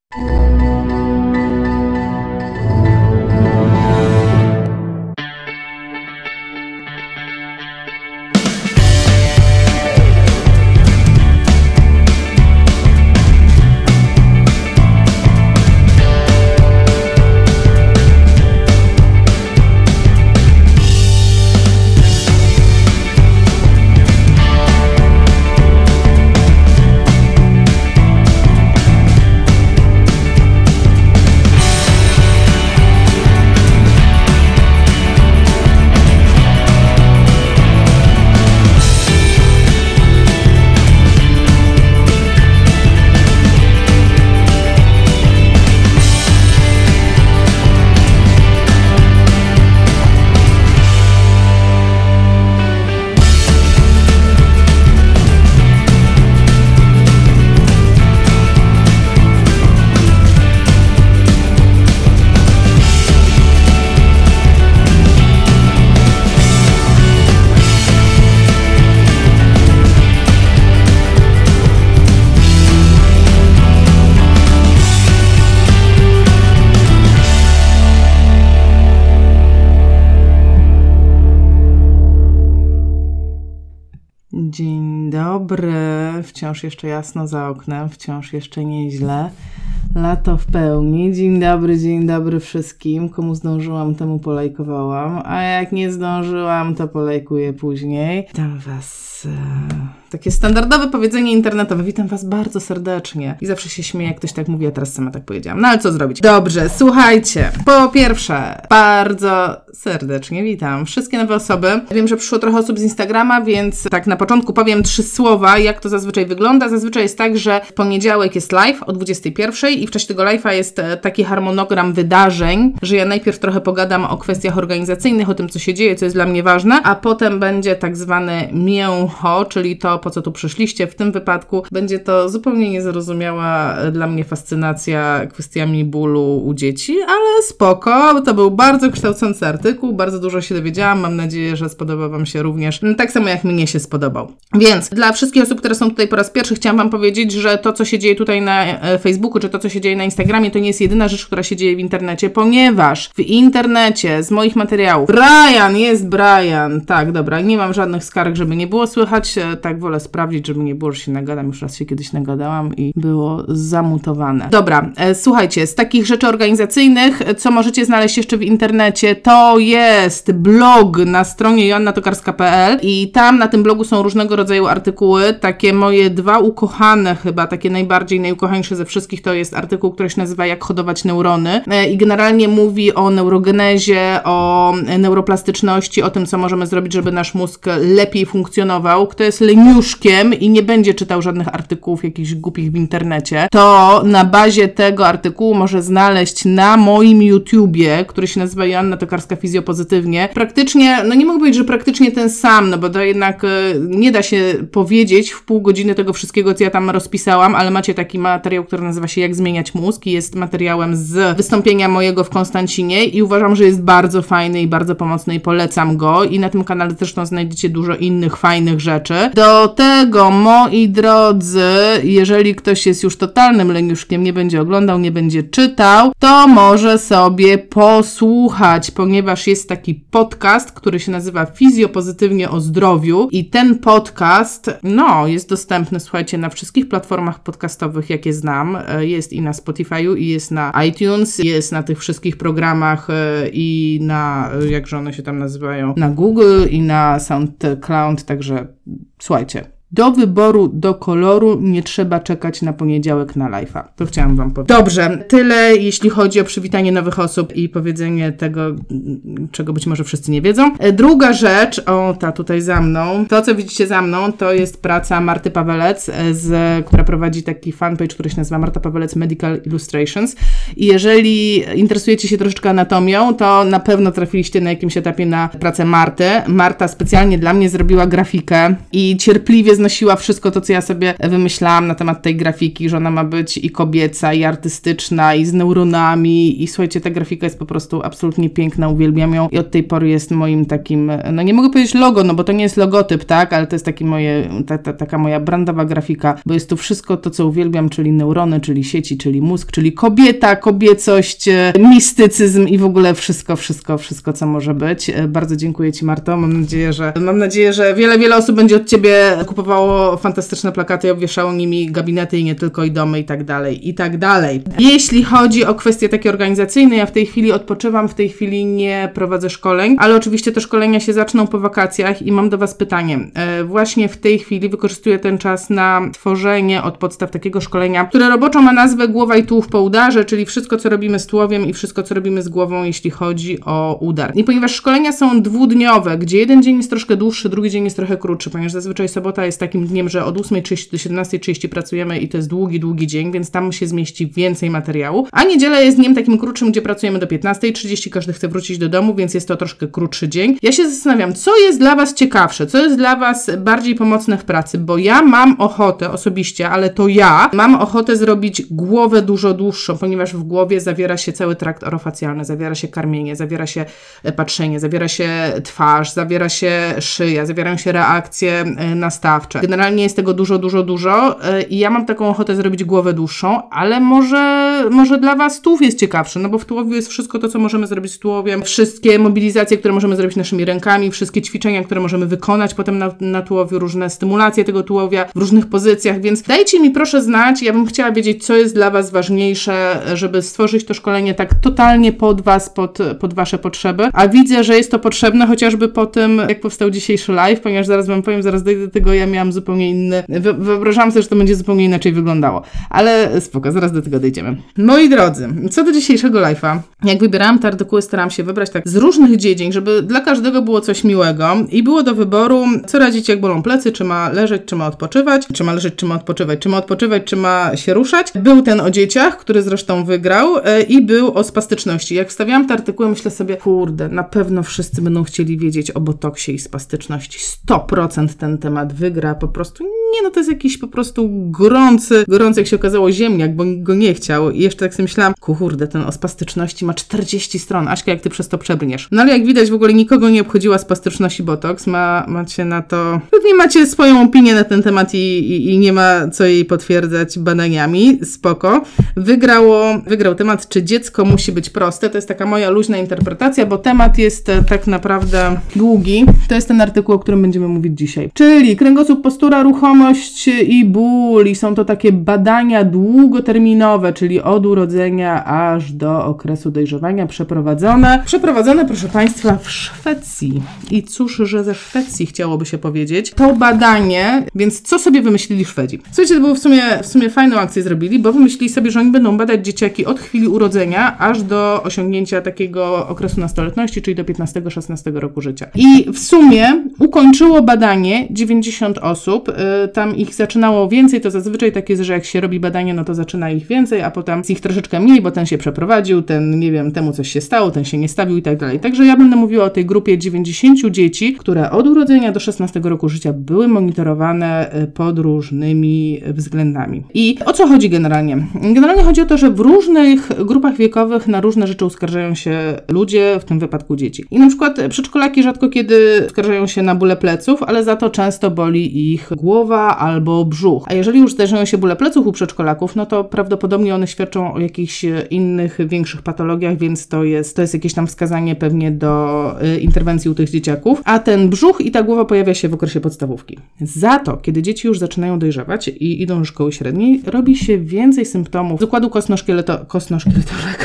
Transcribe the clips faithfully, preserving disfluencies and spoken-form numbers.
Dzień dobry, wciąż jeszcze jasno za oknem, wciąż jeszcze nieźle, lato w pełni. Dzień dobry, dzień dobry wszystkim, komu zdążyłam, temu polajkowałam, a jak nie zdążyłam, to polajkuję później. Witam was, e, takie standardowe powiedzenie internetowe, witam was bardzo serdecznie i zawsze się śmieję, jak ktoś tak mówi, a teraz sama tak powiedziałam, no ale co zrobić? Dobrze, słuchajcie, po pierwsze, bardzo serdecznie witam wszystkie nowe osoby. Wiem, że przyszło trochę osób z Instagrama, więc tak na początku powiem trzy słowa, jak to zazwyczaj wygląda. Zazwyczaj jest tak, że w poniedziałek jest live o dwudziestej pierwszej i w czasie tego live'a jest taki harmonogram wydarzeń, że ja najpierw trochę pogadam o kwestiach organizacyjnych, o tym, co się dzieje, co jest dla mnie ważne, a potem będzie tak zwane mięcho, czyli to, po co tu przyszliście. W tym wypadku będzie to zupełnie niezrozumiała dla mnie fascynacja kwestiami bólu u dzieci, ale spoko, to był bardzo kształcący artykuł, bardzo dużo się dowiedziałam, mam nadzieję, że spodoba wam się również, tak samo jak mnie się spodobał. Więc dla wszystkich osób, które są tutaj po raz pierwszy, chciałam wam powiedzieć, że to, co się dzieje tutaj na Facebooku, czy to, co się dzieje na Instagramie, to nie jest jedyna rzecz, która się dzieje w internecie, ponieważ w internecie z moich materiałów Brian, jest Brian, tak, dobra, nie mam żadnych skarg, żeby nie było słychać, tak wolę sprawdzić, żeby nie było, że się nagadam, już raz się kiedyś nagadałam i było zamutowane. Dobra, e, słuchajcie, z takich rzeczy organizacyjnych, co możecie znaleźć jeszcze w internecie, to jest blog na stronie joanna tokarska kropka p l i tam na tym blogu są różnego rodzaju artykuły, takie moje dwa ukochane chyba, takie najbardziej, najukochańsze ze wszystkich, to jest artykuł, który się nazywa Jak hodować neurony e, i generalnie mówi o neurogenezie, o neuroplastyczności, o tym, co możemy zrobić, żeby nasz mózg lepiej funkcjonował. Kto jest leniuszkiem i nie będzie czytał żadnych artykułów jakichś głupich w internecie, to na bazie tego artykułu może znaleźć na moim YouTubie, który się nazywa Joanna Tokarska Fizjopozytywnie, praktycznie, no nie mogę powiedzieć, że praktycznie ten sam, no bo to jednak nie da się powiedzieć w pół godziny tego wszystkiego, co ja tam rozpisałam, ale macie taki materiał, który nazywa się Jak zmieniać mózg i jest materiałem z wystąpienia mojego w Konstancinie i uważam, że jest bardzo fajny i bardzo pomocny i polecam go i na tym kanale zresztą znajdziecie dużo innych fajnych rzeczy. Do tego, moi drodzy, jeżeli ktoś jest już totalnym leniuszkiem, nie będzie oglądał, nie będzie czytał, to może sobie posłuchać, ponieważ jest taki podcast, który się nazywa Fizjopozytywnie o zdrowiu i ten podcast, no, jest dostępny, słuchajcie, na wszystkich platformach podcastowych, jakie znam. Jest i na Spotify'u, i jest na iTunes, jest na tych wszystkich programach i na, jakże one się tam nazywają, na Google i na SoundCloud, także słuchajcie. Do wyboru, do koloru nie trzeba czekać na poniedziałek na live'a. To chciałam wam powiedzieć. Dobrze, tyle jeśli chodzi o przywitanie nowych osób i powiedzenie tego, czego być może wszyscy nie wiedzą. Druga rzecz, o ta tutaj za mną, to co widzicie za mną, to jest praca Marty Pawelec, z, która prowadzi taki fanpage, który się nazywa Marta Pawelec Medical Illustrations i jeżeli interesujecie się troszeczkę anatomią, to na pewno trafiliście na jakimś etapie na pracę Marty. Marta specjalnie dla mnie zrobiła grafikę i cierpliwie znosiła wszystko to, co ja sobie wymyślałam na temat tej grafiki, że ona ma być i kobieca, i artystyczna, i z neuronami i słuchajcie, ta grafika jest po prostu absolutnie piękna, uwielbiam ją i od tej pory jest moim takim, no nie mogę powiedzieć logo, no bo to nie jest logotyp, tak, ale to jest taki moje, ta, ta, taka moja brandowa grafika, bo jest tu wszystko to, co uwielbiam, czyli neurony, czyli sieci, czyli mózg, czyli kobieta, kobiecość, mistycyzm i w ogóle wszystko, wszystko, wszystko, co może być. Bardzo dziękuję Ci, Marto. Mam nadzieję, że mam nadzieję, że wiele, wiele osób będzie od Ciebie kupowało fantastyczne plakaty i obwieszało nimi gabinety i nie tylko, i domy i tak dalej, i tak dalej. Jeśli chodzi o kwestie takie organizacyjne, ja w tej chwili odpoczywam, w tej chwili nie prowadzę szkoleń, ale oczywiście te szkolenia się zaczną po wakacjach i mam do Was pytanie. E, właśnie w tej chwili wykorzystuję ten czas na tworzenie od podstaw takiego szkolenia, które roboczo ma nazwę Głowa i tułów po udarze, czyli wszystko, co robimy z tułowiem i wszystko, co robimy z głową, jeśli chodzi o udar. I ponieważ szkolenia są dwudniowe, gdzie jeden dzień jest troszkę dłuższy, drugi dzień jest trochę krótszy, ponieważ zazwyczaj sobota jest takim dniem, że od ósmej trzydzieści do siedemnastej trzydzieści pracujemy i to jest długi, długi dzień, więc tam się zmieści więcej materiału, a niedziela jest dniem takim krótszym, gdzie pracujemy do piętnastej trzydzieści, każdy chce wrócić do domu, więc jest to troszkę krótszy dzień. Ja się zastanawiam, co jest dla Was ciekawsze, co jest dla Was bardziej pomocne w pracy, bo ja mam ochotę osobiście, ale to ja mam ochotę zrobić głowę dużo dłuższą, ponieważ w głowie zawiera się cały trakt orofacjalny, zawiera się karmienie, zawiera się patrzenie, zawiera się twarz, zawiera się szyja, zawierają się reakcje nastawcze. Generalnie jest tego dużo, dużo, dużo i ja mam taką ochotę zrobić głowę dłuższą, ale może, może dla Was tułów jest ciekawszy, no bo w tułowiu jest wszystko to, co możemy zrobić z tułowiem, wszystkie mobilizacje, które możemy zrobić naszymi rękami, wszystkie ćwiczenia, które możemy wykonać potem na, na tułowiu, różne stymulacje tego tułowia w różnych pozycjach, więc dajcie mi proszę znać, ja bym chciała wiedzieć, co jest dla Was ważniejsze, żeby stworzyć to szkolenie tak totalnie pod Was, pod, pod Wasze potrzeby, a widzę, że jest to potrzebne chociażby po tym, jak powstał dzisiejszy live, ponieważ zaraz Wam powiem, zaraz dojdę do tego, ja miałam zupełnie inny, wy, wyobrażałam sobie, że to będzie zupełnie inaczej wyglądało, ale spoko, zaraz do tego dojdziemy. Moi drodzy, co do dzisiejszego live'a, jak wybierałam te artykuły, starałam się wybrać tak z różnych dziedzin, żeby dla każdego było coś miłego i było do wyboru, co radzić, jak bolą plecy, czy ma leżeć, czy ma odpoczywać, czy ma leżeć, czy ma odpoczywać, czy ma odpoczywać, czy ma się ruszać. Był ten o dzieciach, który zresztą wygrał yy, i był o spastyczności. Jak wstawiałam te artykuły, myślę sobie, kurde, na pewno wszyscy będą chcieli wiedzieć o botoksie i spastyczności. sto procent ten temat wygra, po prostu nie, no to jest jakiś po prostu gorący, gorący, jak się okazało, ziemniak, bo go nie chciał. I jeszcze tak sobie myślałam, kurde, ten o spastyczności ma czterdzieści stron. Aśka, jak ty przez to przebrniesz. No ale jak widać, w ogóle nikogo nie obchodziła spastyczność i botoks. Ma, macie na to... Pewnie macie swoją opinię na ten temat i, i, i nie ma co jej potwierdzać badaniami. Spoko. Wygrało, wygrał temat, czy dziecko musi być proste. To jest taka moja luźna interpretacja, bo temat jest tak naprawdę długi. To jest ten artykuł, o którym będziemy mówić dzisiaj. Czyli kręgosłup, postura, ruchomość i ból. I są to takie badania długoterminowe, czyli od urodzenia aż do okresu dojrzewania przeprowadzone. Przeprowadzone, proszę Państwa, w Szwecji. I cóż, że ze Szwecji chciałoby się powiedzieć. To badanie, więc co sobie wymyślili Szwedzi? Słuchajcie, to było w sumie, w sumie fajną akcję zrobili, bo wymyślili sobie, że oni będą badać dzieciaki od chwili urodzenia aż do osiągnięcia takiego okresu nastoletności, czyli do piętnastego szesnastego roku życia. I w sumie ukończyło badanie dziewięćdziesiąt osób. Yy, tam ich zaczynało więcej, to zazwyczaj tak jest, że jak się robi badanie, no to zaczyna ich więcej, a potem z ich troszeczkę mniej, bo ten się przeprowadził, ten, nie wiem, temu coś się stało, ten się nie stawił i tak dalej. Także ja będę mówiła o tej grupie dziewięćdziesięciu dzieci, które od urodzenia do szesnastego roku życia były monitorowane pod różnymi względami. I o co chodzi generalnie? Generalnie chodzi o to, że w różnych grupach wiekowych na różne rzeczy uskarżają się ludzie, w tym wypadku dzieci. I na przykład przedszkolaki rzadko kiedy uskarżają się na bóle pleców, ale za to często boli ich głowa albo brzuch. A jeżeli już zdarzają się bóle pleców u przedszkolaków, no to prawdopodobnie one świadczą o jakichś innych, większych patologiach, więc to jest, to jest jakieś tam wskazanie pewnie do y, interwencji u tych dzieciaków. A ten brzuch i ta głowa pojawia się w okresie podstawówki. Za to, kiedy dzieci już zaczynają dojrzewać i idą do szkoły średniej, robi się więcej symptomów z układu kostno-szkieleto- kostno-szkieletowego.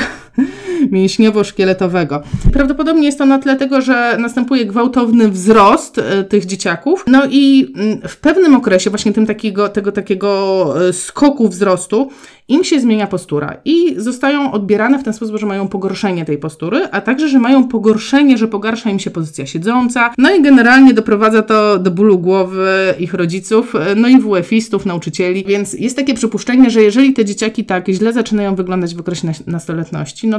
mięśniowo-szkieletowego. Prawdopodobnie jest to na tle tego, że następuje gwałtowny wzrost y, tych dzieciaków. No i y, w pewnym okresie właśnie tym takiego, tego takiego y, skoku wzrostu im się zmienia postura i zostają odbierane w ten sposób, że mają pogorszenie tej postury, a także, że mają pogorszenie, że pogarsza im się pozycja siedząca, no i generalnie doprowadza to do bólu głowy ich rodziców, no i W F-istów, nauczycieli, więc jest takie przypuszczenie, że jeżeli te dzieciaki tak źle zaczynają wyglądać w okresie nastoletności, no to prawdopodobnie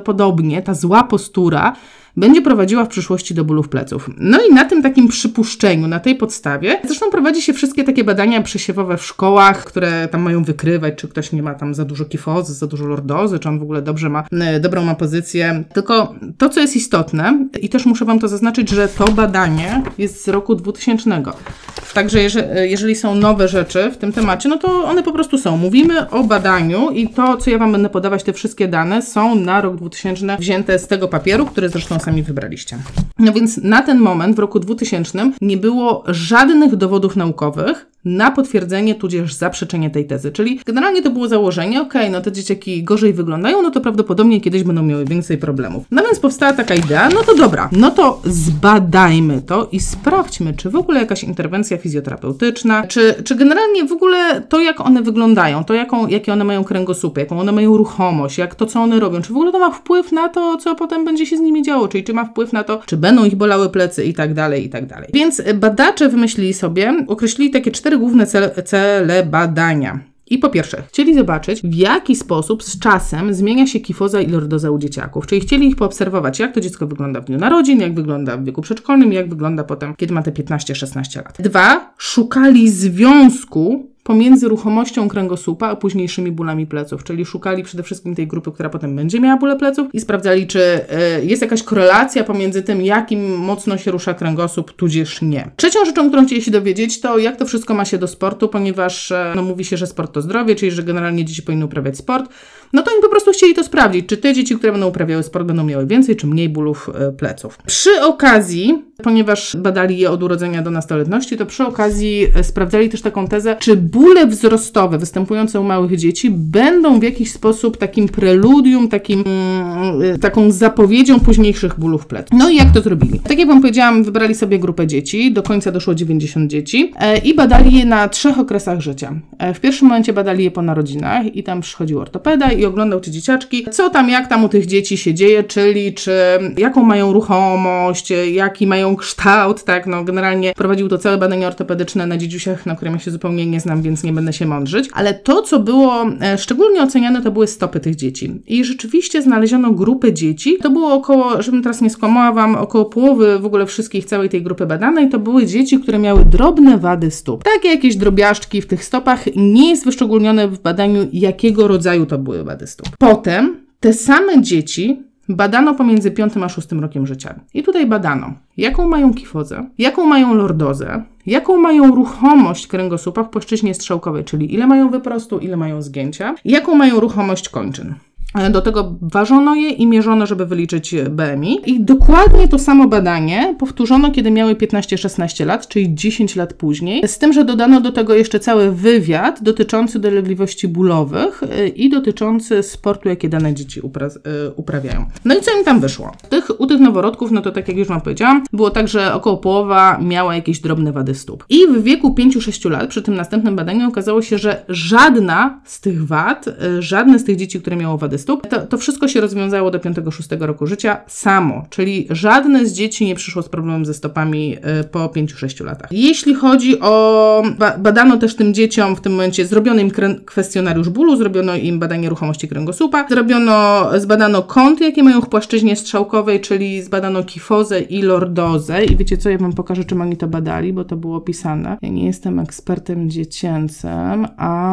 prawdopodobnie ta zła postura będzie prowadziła w przyszłości do bólów pleców. No i na tym takim przypuszczeniu, na tej podstawie, zresztą prowadzi się wszystkie takie badania przesiewowe w szkołach, które tam mają wykrywać, czy ktoś nie ma tam za dużo kifozy, za dużo lordozy, czy on w ogóle dobrze ma, dobrą ma pozycję. Tylko to, co jest istotne, i też muszę Wam to zaznaczyć, że to badanie jest z roku dwutysięcznego. Także jeżeli, jeżeli są nowe rzeczy w tym temacie, no to one po prostu są. Mówimy o badaniu i to, co ja Wam będę podawać, te wszystkie dane są na rok dwutysięczny wzięte z tego papieru, który zresztą sami wybraliście. No więc na ten moment, w roku dwutysięcznym, nie było żadnych dowodów naukowych na potwierdzenie tudzież zaprzeczenie tej tezy. Czyli generalnie to było założenie, okej, okay, no te dzieciaki gorzej wyglądają, no to prawdopodobnie kiedyś będą miały więcej problemów. No więc powstała taka idea, no to dobra, no to zbadajmy to i sprawdźmy, czy w ogóle jakaś interwencja fizjoterapeutyczna, czy, czy generalnie w ogóle to, jak one wyglądają, to jaką, jakie one mają kręgosłupy, jaką one mają ruchomość, jak to, co one robią, czy w ogóle to ma wpływ na to, co potem będzie się z nimi działo, czyli czy ma wpływ na to, czy będą ich bolały plecy i tak dalej, i tak dalej. Więc badacze wymyślili sobie, określili takie cztery główne cele, cele badania. I po pierwsze, chcieli zobaczyć, w jaki sposób z czasem zmienia się kifoza i lordoza u dzieciaków. Czyli chcieli ich poobserwować, jak to dziecko wygląda w dniu narodzin, jak wygląda w wieku przedszkolnym, jak wygląda potem, kiedy ma te piętnaście szesnaście lat. Dwa, szukali związku pomiędzy ruchomością kręgosłupa a późniejszymi bólami pleców, czyli szukali przede wszystkim tej grupy, która potem będzie miała bóle pleców i sprawdzali, czy y, jest jakaś korelacja pomiędzy tym, jakim mocno się rusza kręgosłup, tudzież nie. Trzecią rzeczą, którą chcieli się dowiedzieć, to jak to wszystko ma się do sportu, ponieważ y, no, mówi się, że sport to zdrowie, czyli że generalnie dzieci powinny uprawiać sport. No to oni po prostu chcieli to sprawdzić, czy te dzieci, które będą uprawiały sport, będą miały więcej czy mniej bólów y, pleców. Przy okazji, ponieważ badali je od urodzenia do nastoletności, to przy okazji y, sprawdzali też taką tezę, czy bóle wzrostowe występujące u małych dzieci będą w jakiś sposób takim preludium, takim, yy, taką zapowiedzią późniejszych bólów pleców. No i jak to zrobili? Tak jak Wam powiedziałam, wybrali sobie grupę dzieci, do końca doszło dziewięćdziesiąt dzieci yy, i badali je na trzech okresach życia. Yy, w pierwszym momencie badali je po narodzinach i tam przychodził ortopeda i oglądał te dzieciaczki, co tam, jak tam u tych dzieci się dzieje, czyli czy jaką mają ruchomość, jaki mają kształt, tak, no generalnie prowadził to całe badanie ortopedyczne na dzidziusiach, na którym ja się zupełnie nie znam, więc nie będę się mądrzyć, ale to, co było e, szczególnie oceniane, to były stopy tych dzieci. I rzeczywiście znaleziono grupę dzieci, to było około, żebym teraz nie skłamała Wam, około połowy w ogóle wszystkich, całej tej grupy badanej, to były dzieci, które miały drobne wady stóp. Takie jakieś drobiażdżki w tych stopach, nie jest wyszczególnione w badaniu, jakiego rodzaju to były wady stóp. Potem te same dzieci badano pomiędzy piątym a szóstym rokiem życia. I tutaj badano, jaką mają kifozę, jaką mają lordozę, jaką mają ruchomość kręgosłupa w płaszczyźnie strzałkowej, czyli ile mają wyprostu, ile mają zgięcia, jaką mają ruchomość kończyn. Do tego ważono je i mierzono, żeby wyliczyć B M I. I dokładnie to samo badanie powtórzono, kiedy miały piętnaście szesnaście lat, czyli dziesięć lat później. Z tym, że dodano do tego jeszcze cały wywiad dotyczący dolegliwości bólowych i dotyczący sportu, jakie dane dzieci upra- uprawiają. No i co im tam wyszło? Tych, u tych noworodków, no to tak jak już Wam powiedziałam, było tak, że około połowa miała jakieś drobne wady stóp. I w wieku pięciu sześciu lat, przy tym następnym badaniu, okazało się, że żadna z tych wad, żadne z tych dzieci, które miało wady stóp, To, to wszystko się rozwiązało do piątego szóstego roku życia samo, czyli żadne z dzieci nie przyszło z problemem ze stopami y, po pięciu sześciu latach. Jeśli chodzi o... Ba- badano też tym dzieciom w tym momencie, zrobiono im krę- kwestionariusz bólu, zrobiono im badanie ruchomości kręgosłupa, zrobiono, zbadano kąty, jakie mają w płaszczyźnie strzałkowej, czyli zbadano kifozę i lordozę. I wiecie co, ja Wam pokażę, czym oni to badali, bo to było opisane. Ja nie jestem ekspertem dziecięcym,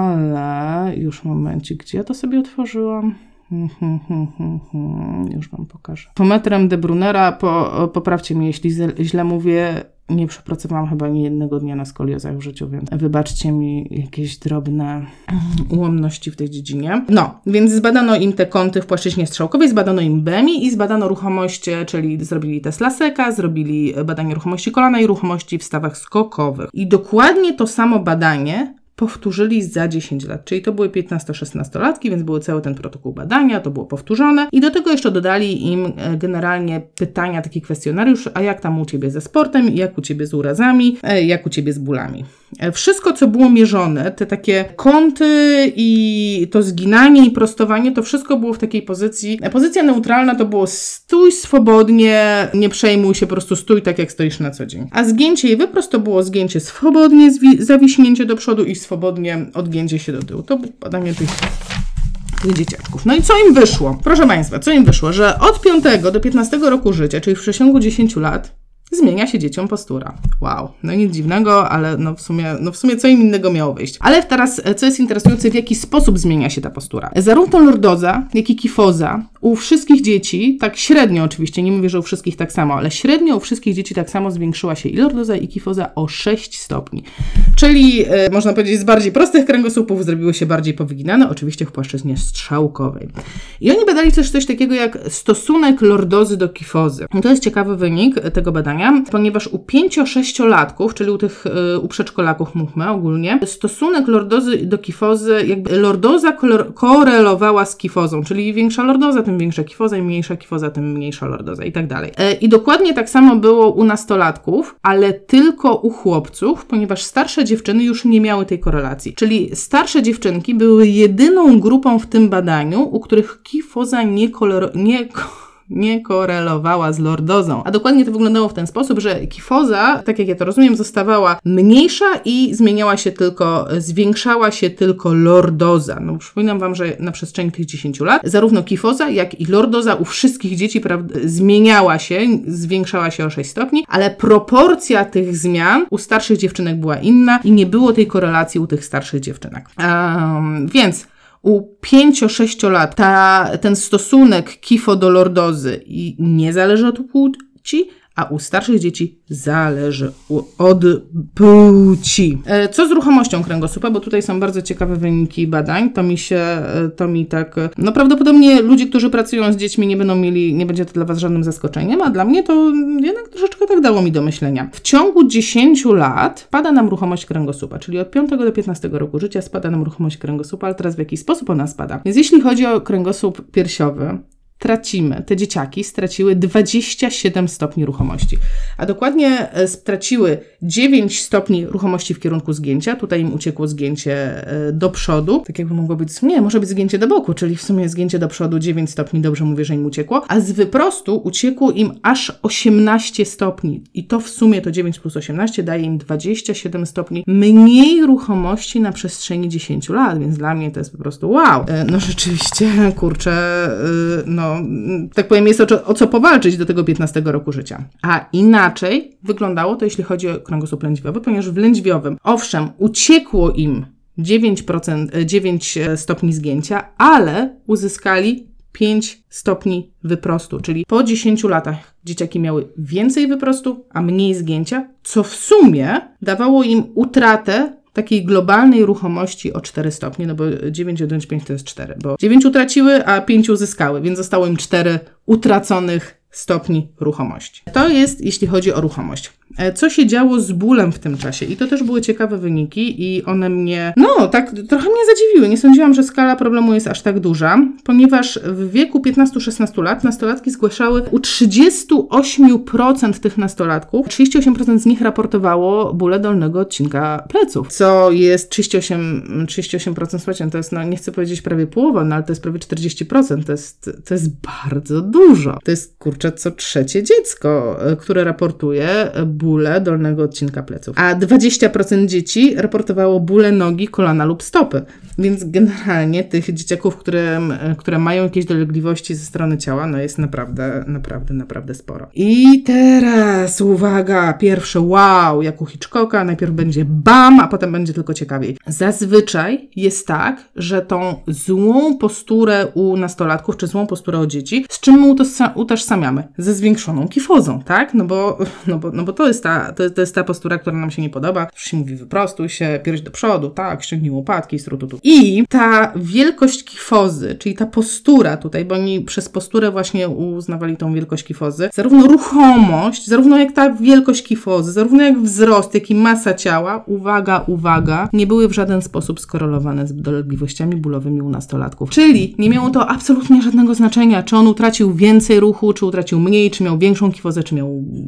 ale już momencik, gdzie ja to sobie otworzyłam? Hmm, hmm, hmm, hmm, hmm. Już Wam pokażę. Pometrem de Brunera, po, poprawcie mnie, jeśli źle mówię, nie przepracowałam chyba ani jednego dnia na skoliozach w życiu, więc wybaczcie mi jakieś drobne ułomności w tej dziedzinie. No, więc zbadano im te kąty w płaszczyźnie strzałkowej, zbadano im B M I i zbadano ruchomość, czyli zrobili test Lasseka, zrobili badanie ruchomości kolana i ruchomości w stawach skokowych. I dokładnie to samo badanie powtórzyli za dziesięć lat, czyli to były piętnasto-szesnastolatki, więc był cały ten protokół badania, to było powtórzone i do tego jeszcze dodali im generalnie pytania, taki kwestionariusz, a jak tam u Ciebie ze sportem, jak u Ciebie z urazami, jak u Ciebie z bólami. Wszystko, co było mierzone, te takie kąty i to zginanie i prostowanie, to wszystko było w takiej pozycji, pozycja neutralna to było stój swobodnie, nie przejmuj się, po prostu stój tak, jak stoisz na co dzień. A zgięcie i wyprost to było zgięcie swobodnie, zwi- zawiśnięcie do przodu i swobodnie odgięcie się do tyłu. To było badanie tych tych dzieciaczków. No i co im wyszło? Proszę Państwa, co im wyszło? Że od piątego do piętnastego roku życia, czyli w przeciągu dziesięciu lat, zmienia się dzieciom postura. Wow, no nic dziwnego, ale no w sumie, no w sumie co im innego miało wyjść. Ale teraz, co jest interesujące, w jaki sposób zmienia się ta postura. Zarówno lordoza, jak i kifoza u wszystkich dzieci, tak średnio oczywiście, nie mówię, że u wszystkich tak samo, ale średnio u wszystkich dzieci tak samo zwiększyła się i lordoza, i kifoza o sześć stopni. Czyli, e, można powiedzieć, z bardziej prostych kręgosłupów zrobiły się bardziej powyginane, oczywiście w płaszczyźnie strzałkowej. I oni badali też coś takiego jak stosunek lordozy do kifozy. I to jest ciekawy wynik tego badania, ponieważ u pięcio-sześciolatków, czyli u tych y, u przedszkolaków mówmy ogólnie, stosunek lordozy do kifozy, jakby lordoza kolor, korelowała z kifozą, czyli im większa lordoza, tym większa kifoza, im mniejsza kifoza, tym mniejsza lordoza i tak dalej. E, I dokładnie tak samo było u nastolatków, ale tylko u chłopców, ponieważ starsze dziewczyny już nie miały tej korelacji. Czyli starsze dziewczynki były jedyną grupą w tym badaniu, u których kifoza nie kolor... nie nie korelowała z lordozą. A dokładnie to wyglądało w ten sposób, że kifoza, tak jak ja to rozumiem, zostawała mniejsza i zmieniała się tylko, zwiększała się tylko lordoza. No przypominam Wam, że na przestrzeni tych dziesięciu lat zarówno kifoza, jak i lordoza u wszystkich dzieci prawda, zmieniała się, zwiększała się o sześć stopni, ale proporcja tych zmian u starszych dziewczynek była inna i nie było tej korelacji u tych starszych dziewczynek. Um, więc u pięcio-sześciolat ta, ten stosunek kifo do lordozy i nie zależy od płci, a u starszych dzieci zależy od płci. Co z ruchomością kręgosłupa, bo tutaj są bardzo ciekawe wyniki badań. To mi się, to mi tak, no prawdopodobnie ludzie, którzy pracują z dziećmi nie będą mieli, nie będzie to dla Was żadnym zaskoczeniem, a dla mnie to jednak troszeczkę tak dało mi do myślenia. W ciągu dziesięciu lat spada nam ruchomość kręgosłupa, czyli od piątego do piętnastego roku życia spada nam ruchomość kręgosłupa, ale teraz w jaki sposób ona spada? Więc jeśli chodzi o kręgosłup piersiowy, tracimy, te dzieciaki straciły dwadzieścia siedem stopni ruchomości, a dokładnie straciły dziewięć stopni ruchomości w kierunku zgięcia, tutaj im uciekło zgięcie do przodu, tak jakby mogło być, nie, może być zgięcie do boku, czyli w sumie zgięcie do przodu dziewięć stopni, dobrze mówię, że im uciekło, a z wyprostu uciekło im aż osiemnaście stopni i to w sumie to dziewięć plus osiemnaście daje im dwadzieścia siedem stopni mniej ruchomości na przestrzeni dziesięciu lat, więc dla mnie to jest po prostu wow. No rzeczywiście, kurczę, no tak powiem, jest o, o co powalczyć do tego piętnastego roku życia. A inaczej wyglądało to, jeśli chodzi o kręgosłup lędźwiowy, ponieważ w lędźwiowym, owszem, uciekło im dziewięć procent, dziewięć stopni zgięcia, ale uzyskali pięć stopni wyprostu, czyli po dziesięciu latach dzieciaki miały więcej wyprostu, a mniej zgięcia, co w sumie dawało im utratę takiej globalnej ruchomości o cztery stopnie, no bo dziewięć odjąć pięć to jest cztery, bo dziewięć utraciły, a pięć uzyskały, więc zostało im cztery utraconych stopni ruchomości. To jest, jeśli chodzi o ruchomość. Co się działo z bólem w tym czasie? I to też były ciekawe wyniki i one mnie, no tak trochę mnie zadziwiły. Nie sądziłam, że skala problemu jest aż tak duża, ponieważ w wieku piętnastu do szesnastu lat nastolatki zgłaszały u trzydziestu ośmiu procent tych nastolatków, trzydzieści osiem procent z nich raportowało bóle dolnego odcinka pleców, co jest trzydzieści osiem, trzydzieści osiem procent, słuchajcie, to jest, no nie chcę powiedzieć prawie połowa, no ale to jest prawie czterdzieści procent, to jest, to jest bardzo dużo. To jest, kurczę, co trzecie dziecko, które raportuje bóle dolnego odcinka pleców. A dwadzieścia procent dzieci raportowało bóle nogi, kolana lub stopy. Więc generalnie tych dzieciaków, które, które mają jakieś dolegliwości ze strony ciała, no jest naprawdę, naprawdę, naprawdę sporo. I teraz, uwaga, pierwsze wow, jak u Hitchcocka, najpierw będzie bam, a potem będzie tylko ciekawiej. Zazwyczaj jest tak, że tą złą posturę u nastolatków, czy złą posturę u dzieci, z czym my utożsamiamy? Ze zwiększoną kifozą, tak? No bo, no bo, no bo to jest ta, to, to jest ta postura, która nam się nie podoba. Już się mówi, wyprostuj się, pierś do przodu, tak, ściągnij łopatki, strututu. I ta wielkość kifozy, czyli ta postura tutaj, bo oni przez posturę właśnie uznawali tą wielkość kifozy, zarówno ruchomość, zarówno jak ta wielkość kifozy, zarówno jak wzrost, jak i masa ciała, uwaga, uwaga, nie były w żaden sposób skorelowane z dolegliwościami bólowymi u nastolatków. Czyli nie miało to absolutnie żadnego znaczenia, czy on utracił więcej ruchu, czy utracił mniej, czy miał większą kifozę, czy miał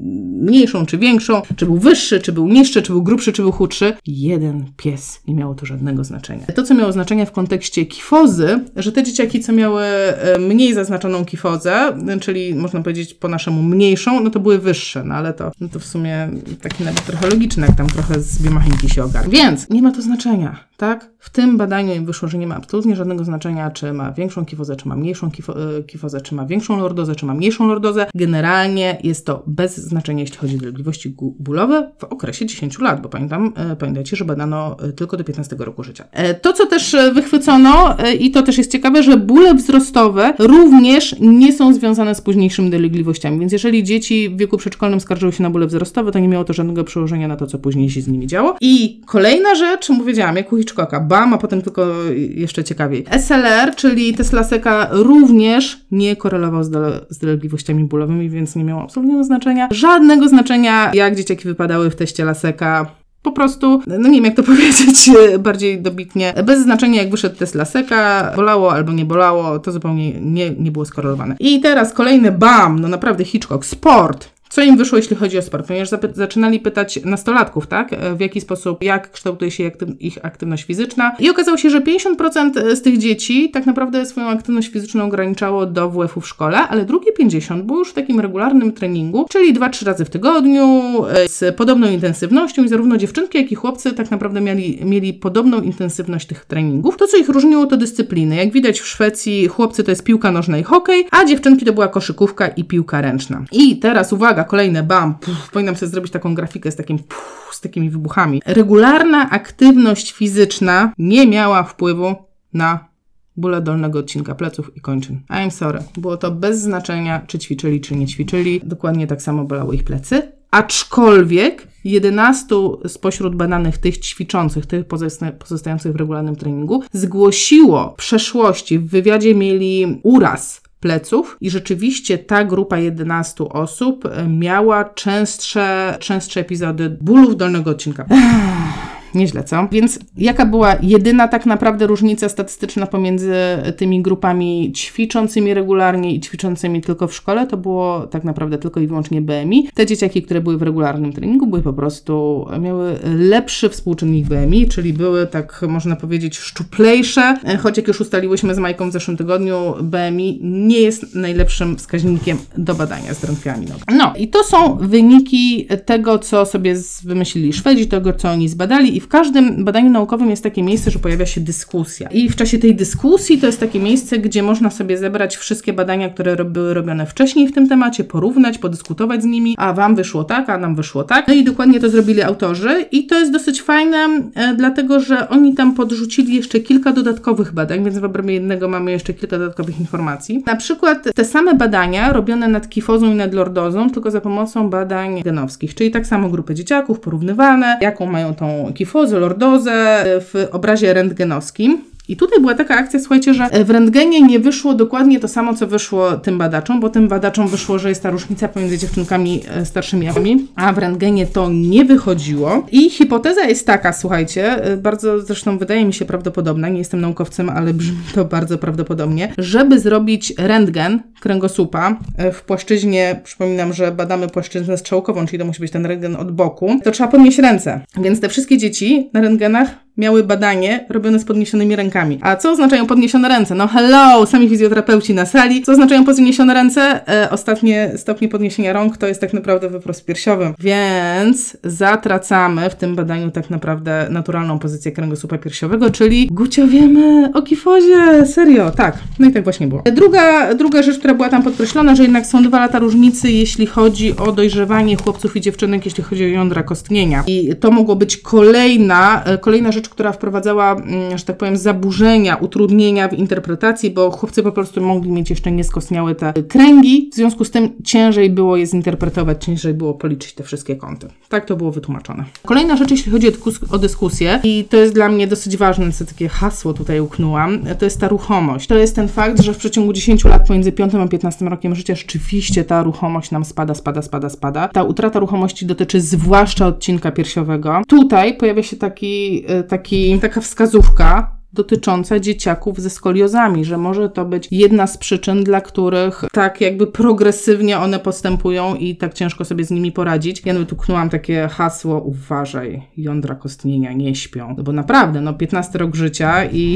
mniejszą czy większą, czy był wyższy, czy był niższy, czy był grubszy, czy był chudszy. Jeden pies. Nie miało to żadnego znaczenia. To, co miało znaczenie w kontekście kifozy, że te dzieciaki, co miały mniej zaznaczoną kifozę, czyli można powiedzieć po naszemu mniejszą, no to były wyższe, no ale to, no to w sumie takie nawet trochę logiczne, jak tam trochę z biomechaniki się ogarnia. Więc nie ma to znaczenia, tak? W tym badaniu im wyszło, że nie ma absolutnie żadnego znaczenia, czy ma większą kifozę, czy ma mniejszą kifo, kifozę, czy ma większą lordozę, czy ma mniejszą lordozę. Generalnie jest to bez znaczenia, jeśli chodzi o dolegliwości bólowe w okresie dziesięciu lat, bo pamiętam, pamiętajcie, że badano tylko do piętnastego roku życia. To, co też wychwycono i to też jest ciekawe, że bóle wzrostowe również nie są związane z późniejszymi dolegliwościami, więc jeżeli dzieci w wieku przedszkolnym skarżyły się na bóle wzrostowe, to nie miało to żadnego przełożenia na to, co później się z nimi działo. I kolejna rzecz, powiedziałam, jak u Hitchcocka, bam, a potem tylko jeszcze ciekawiej. S L R, czyli test Lasseka, również nie korelował z, dole, z dolegliwościami bólowymi, więc nie miało absolutnego znaczenia. Żadnego znaczenia, jak dzieciaki wypadały w teście Lasseka. Po prostu, no nie wiem jak to powiedzieć bardziej dobitnie, bez znaczenia jak wyszedł test Lasseka, bolało albo nie bolało, to zupełnie nie, nie było skorelowane. I teraz kolejny bam, no naprawdę Hitchcock, sport. Co im wyszło, jeśli chodzi o sport? Ponieważ zapy- zaczynali pytać nastolatków, tak? W jaki sposób, jak kształtuje się aktyw- ich aktywność fizyczna. I okazało się, że pięćdziesiąt procent z tych dzieci tak naprawdę swoją aktywność fizyczną ograniczało do W F-u w szkole, ale drugie pięćdziesiąt procent było już w takim regularnym treningu, czyli dwa trzy razy w tygodniu, z podobną intensywnością i zarówno dziewczynki, jak i chłopcy tak naprawdę mieli, mieli podobną intensywność tych treningów. To, co ich różniło, to dyscypliny. Jak widać w Szwecji chłopcy to jest piłka nożna i hokej, a dziewczynki to była koszykówka i piłka ręczna. I teraz uwaga, kolejne bam, puf, powinnam sobie zrobić taką grafikę z takim puf, z takimi wybuchami. Regularna aktywność fizyczna nie miała wpływu na bóle dolnego odcinka pleców i kończyn. I'm sorry. Było to bez znaczenia, czy ćwiczyli, czy nie ćwiczyli. Dokładnie tak samo bolały ich plecy. Aczkolwiek jedenastu spośród badanych tych ćwiczących, tych pozostających w regularnym treningu, zgłosiło w przeszłości, w wywiadzie mieli uraz pleców i rzeczywiście ta grupa jedenastu osób miała częstsze, częstsze epizody bólów dolnego odcinka. Nieźle, co? Więc jaka była jedyna tak naprawdę różnica statystyczna pomiędzy tymi grupami ćwiczącymi regularnie i ćwiczącymi tylko w szkole? To było tak naprawdę tylko i wyłącznie B M I. Te dzieciaki, które były w regularnym treningu, były po prostu, miały lepszy współczynnik B M I, czyli były, tak można powiedzieć, szczuplejsze, choć jak już ustaliłyśmy z Majką w zeszłym tygodniu, B M I nie jest najlepszym wskaźnikiem do badania zdrowia aminowych. No i to są wyniki tego, co sobie wymyślili Szwedzi, tego, co oni zbadali i w każdym badaniu naukowym jest takie miejsce, że pojawia się dyskusja. I w czasie tej dyskusji to jest takie miejsce, gdzie można sobie zebrać wszystkie badania, które były robione wcześniej w tym temacie, porównać, podyskutować z nimi, a wam wyszło tak, a nam wyszło tak. No i dokładnie to zrobili autorzy i to jest dosyć fajne, e, dlatego, że oni tam podrzucili jeszcze kilka dodatkowych badań, więc w obrębie jednego mamy jeszcze kilka dodatkowych informacji. Na przykład te same badania robione nad kifozą i nad lordozą, tylko za pomocą badań genowskich, czyli tak samo grupy dzieciaków porównywane, jaką mają tą kifozę, lordozę w obrazie rentgenowskim. I tutaj była taka akcja, słuchajcie, że w rentgenie nie wyszło dokładnie to samo, co wyszło tym badaczom, bo tym badaczom wyszło, że jest ta różnica pomiędzy dziewczynkami starszymi a młodszymi, a w rentgenie to nie wychodziło. I hipoteza jest taka, słuchajcie, bardzo zresztą wydaje mi się prawdopodobna, nie jestem naukowcem, ale brzmi to bardzo prawdopodobnie, żeby zrobić rentgen kręgosłupa w płaszczyźnie, przypominam, że badamy płaszczyznę strzałkową, czyli to musi być ten rentgen od boku, to trzeba podnieść ręce. Więc te wszystkie dzieci na rentgenach miały badanie robione z podniesionymi rękami. A co oznaczają podniesione ręce? No hello, sami fizjoterapeuci na sali. Co oznaczają podniesione ręce? E, ostatnie stopnie podniesienia rąk to jest tak naprawdę wyprost piersiowym. Więc zatracamy w tym badaniu tak naprawdę naturalną pozycję kręgosłupa piersiowego, czyli guciowiemy o kifozie. Serio, tak. No i tak właśnie było. Druga, druga rzecz, która była tam podkreślona, że jednak są dwa lata różnicy, jeśli chodzi o dojrzewanie chłopców i dziewczynek, jeśli chodzi o jądra kostnienia. I to mogło być kolejna, kolejna rzecz, która wprowadzała, że tak powiem, zaburzenia, utrudnienia w interpretacji, bo chłopcy po prostu mogli mieć jeszcze nieskostniałe te kręgi, w związku z tym ciężej było je zinterpretować, ciężej było policzyć te wszystkie kąty. Tak to było wytłumaczone. Kolejna rzecz, jeśli chodzi o, dyskus- o dyskusję, i to jest dla mnie dosyć ważne, co takie hasło tutaj uknęłam, to jest ta ruchomość. To jest ten fakt, że w przeciągu dziesięciu lat pomiędzy piątym a piętnastym rokiem życia rzeczywiście ta ruchomość nam spada, spada, spada, spada. Ta utrata ruchomości dotyczy zwłaszcza odcinka piersiowego. Tutaj pojawia się taki, taki, taka wskazówka, dotycząca dzieciaków ze skoliozami, że może to być jedna z przyczyn, dla których tak jakby progresywnie one postępują i tak ciężko sobie z nimi poradzić. Ja nawet uknęłam takie hasło: uważaj, jądra kostnienia nie śpią. No bo naprawdę, no piętnasty rok życia i,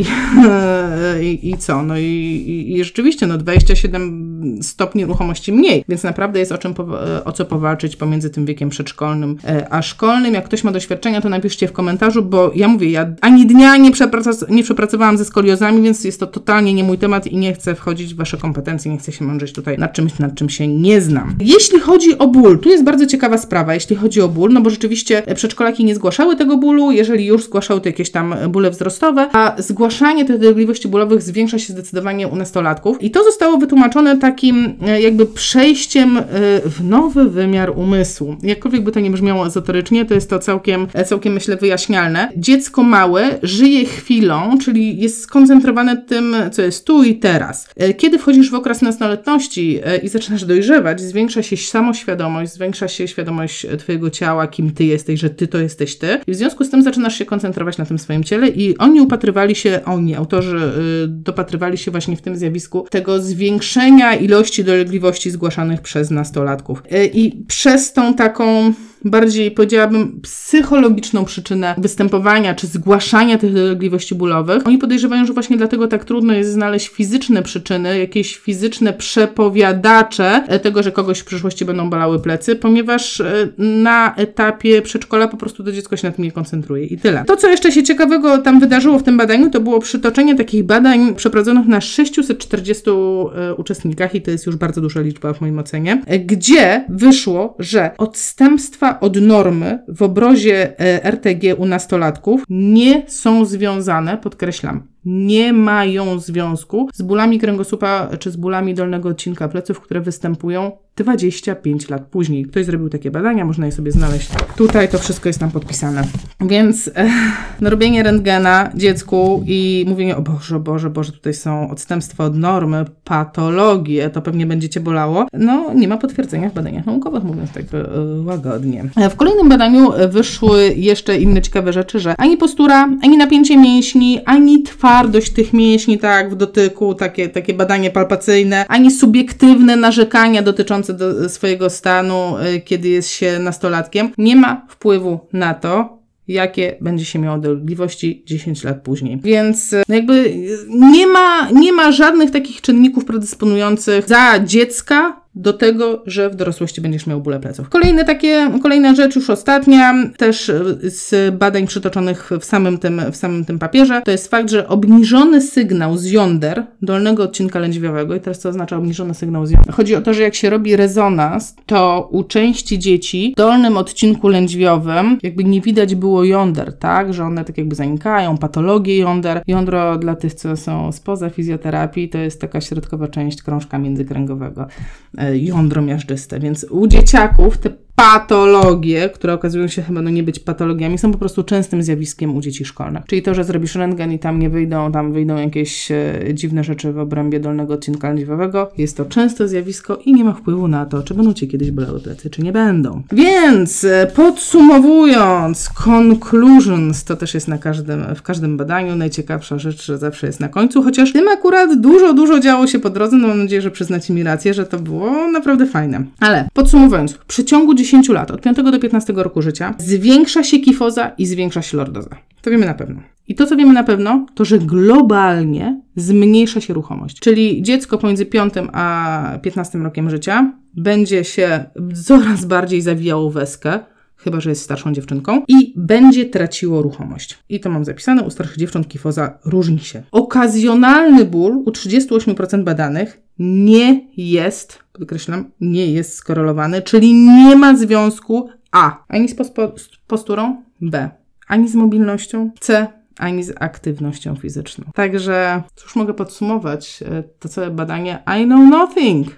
i, i co? No i, i, i rzeczywiście, no dwadzieścia siedem stopni ruchomości mniej, więc naprawdę jest o czym, o co powalczyć pomiędzy tym wiekiem przedszkolnym a szkolnym. Jak ktoś ma doświadczenia, to napiszcie w komentarzu, bo ja mówię, ja ani dnia nie, przeprac- nie przepracowałam ze skoliozami, więc jest to totalnie nie mój temat i nie chcę wchodzić w wasze kompetencje, nie chcę się mądrzeć tutaj nad czymś, nad czym się nie znam. Jeśli chodzi o ból, tu jest bardzo ciekawa sprawa, jeśli chodzi o ból, no bo rzeczywiście przedszkolaki nie zgłaszały tego bólu, jeżeli już zgłaszały, to jakieś tam bóle wzrostowe, a zgłaszanie tych dolegliwości bólowych zwiększa się zdecydowanie u nastolatków i to zostało wytłumaczone takim jakby przejściem w nowy wymiar umysłu. Jakkolwiek by to nie brzmiało ezoterycznie, to jest to całkiem, całkiem myślę wyjaśnialne. Dziecko małe żyje chwilą, czyli jest skoncentrowane tym, co jest tu i teraz. Kiedy wchodzisz w okres nastoletności i zaczynasz dojrzewać, zwiększa się samoświadomość, zwiększa się świadomość twojego ciała, kim ty jesteś, że ty to jesteś ty. I w związku z tym zaczynasz się koncentrować na tym swoim ciele i oni upatrywali się, oni, autorzy yy, dopatrywali się właśnie w tym zjawisku tego zwiększenia ilości dolegliwości zgłaszanych przez nastolatków. Yy, I przez tą taką bardziej, powiedziałabym, psychologiczną przyczynę występowania czy zgłaszania tych dolegliwości bólowych. Oni podejrzewają, że właśnie dlatego tak trudno jest znaleźć fizyczne przyczyny, jakieś fizyczne przepowiadacze tego, że kogoś w przyszłości będą bolały plecy, ponieważ na etapie przedszkola po prostu to dziecko się na tym nie koncentruje i tyle. To, co jeszcze się ciekawego tam wydarzyło w tym badaniu, to było przytoczenie takich badań przeprowadzonych na sześciuset czterdziestu uczestnikach i to jest już bardzo duża liczba w moim ocenie, gdzie wyszło, że odstępstwa od normy w obrozie R T G u nastolatków nie są związane, podkreślam, nie mają związku z bólami kręgosłupa czy z bólami dolnego odcinka pleców, które występują dwadzieścia pięć lat później. Ktoś zrobił takie badania, można je sobie znaleźć. Tutaj to wszystko jest tam podpisane. Więc e, no, robienie rentgena dziecku i mówienie: o Boże, Boże, Boże, tutaj są odstępstwa od normy, patologie, to pewnie będzie cię bolało. No, nie ma potwierdzenia w badaniach naukowych, mówiąc tak e, łagodnie. W kolejnym badaniu wyszły jeszcze inne ciekawe rzeczy, że ani postura, ani napięcie mięśni, ani twardość tych mięśni, tak, w dotyku, takie, takie badanie palpacyjne, ani subiektywne narzekania dotyczące do swojego stanu, kiedy jest się nastolatkiem, nie ma wpływu na to, jakie będzie się miało dolegliwości dziesięć lat później. Więc no jakby nie ma, nie ma żadnych takich czynników predysponujących za dziecka do tego, że w dorosłości będziesz miał bóle pleców. Kolejne takie, kolejna rzecz, już ostatnia, też z badań przytoczonych w samym tym, w samym tym papierze, to jest fakt, że obniżony sygnał z jąder dolnego odcinka lędźwiowego, i teraz co oznacza obniżony sygnał z jąder? Chodzi o to, że jak się robi rezonans, to u części dzieci w dolnym odcinku lędźwiowym jakby nie widać było jąder, tak? Że one tak jakby zanikają, patologie jąder. Jądro, dla tych, co są spoza fizjoterapii, to jest taka środkowa część krążka międzykręgowego. Jądro miażdżyste, więc u dzieciaków te patologie, które okazują się chyba no nie być patologiami, są po prostu częstym zjawiskiem u dzieci szkolnych. Czyli to, że zrobisz rentgen i tam nie wyjdą, tam wyjdą jakieś e, dziwne rzeczy w obrębie dolnego odcinka lędźwiowego, jest to częste zjawisko i nie ma wpływu na to, czy będą cię kiedyś bolały plecy, czy nie będą. Więc e, podsumowując, conclusions, to też jest na każdym, w każdym badaniu, najciekawsza rzecz, że zawsze jest na końcu, chociaż tym akurat dużo, dużo działo się po drodze, no mam nadzieję, że przyznacie mi rację, że to było naprawdę fajne. Ale podsumowując, w przeciągu dziesięciu lat, od piątego do piętnastego roku życia, zwiększa się kifoza i zwiększa się lordoza. To wiemy na pewno. I to, co wiemy na pewno, to, że globalnie zmniejsza się ruchomość. Czyli dziecko pomiędzy piątym a piętnastym rokiem życia będzie się coraz bardziej zawijało w eskę, chyba że jest starszą dziewczynką, i będzie traciło ruchomość. I to mam zapisane, u starszych dziewcząt kifoza różni się. Okazjonalny ból u trzydziestu ośmiu procent badanych nie jest, podkreślam, nie jest skorelowany, czyli nie ma związku A, ani z posturą, B, ani z mobilnością, C, ani z aktywnością fizyczną. Także, cóż mogę podsumować to całe badanie? I know nothing.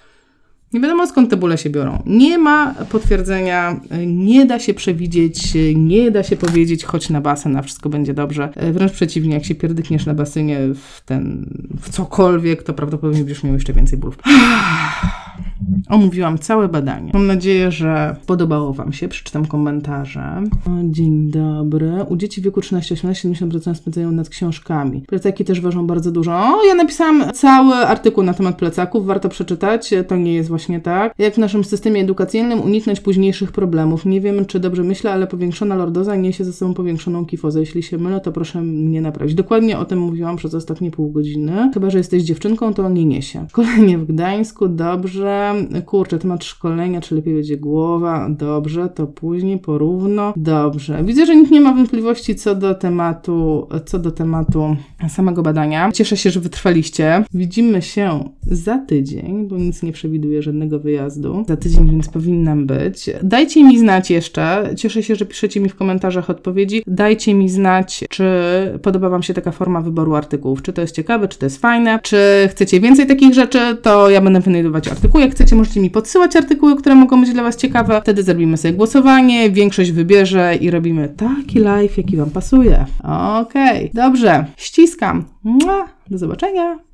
Nie wiadomo, skąd te bóle się biorą. Nie ma potwierdzenia, nie da się przewidzieć, nie da się powiedzieć, chodź na basen, a wszystko będzie dobrze. Wręcz przeciwnie, jak się pierdykniesz na basenie w ten, w cokolwiek, to prawdopodobnie będziesz miał jeszcze więcej bólów. omówiłam całe badanie. Mam nadzieję, że podobało Wam się. Przeczytam komentarze. O, dzień dobry. U dzieci w wieku trzynaście osiemnaście siedemdziesiąt procent spędzają nad książkami. Plecaki też ważą bardzo dużo. O, ja napisałam cały artykuł na temat plecaków. Warto przeczytać. To nie jest właśnie tak. Jak w naszym systemie edukacyjnym uniknąć późniejszych problemów. Nie wiem, czy dobrze myślę, ale powiększona lordoza niesie ze sobą powiększoną kifozę. Jeśli się mylę, to proszę mnie naprawić. Dokładnie o tym mówiłam przez ostatnie pół godziny. Chyba że jesteś dziewczynką, to nie niesie. Szkolenie w Gdańsku, dobrze. Kurczę, temat szkolenia, czy lepiej będzie głowa? Dobrze, to później, porówno. Dobrze. Widzę, że nikt nie ma wątpliwości co do tematu, co do tematu samego badania. Cieszę się, że wytrwaliście. Widzimy się za tydzień, bo nic nie przewiduję żadnego wyjazdu. Za tydzień, więc powinnam być. Dajcie mi znać jeszcze. Cieszę się, że piszecie mi w komentarzach odpowiedzi. Dajcie mi znać, czy podoba Wam się taka forma wyboru artykułów. Czy to jest ciekawe, czy to jest fajne. Czy chcecie więcej takich rzeczy, to ja będę wynajdować artykuły. Jak chcecie, możecie mi podsyłać artykuły, które mogą być dla Was ciekawe. Wtedy zrobimy sobie głosowanie, większość wybierze i robimy taki live, jaki Wam pasuje. Okej, okay. Dobrze. Ściskam. Mua. Do zobaczenia.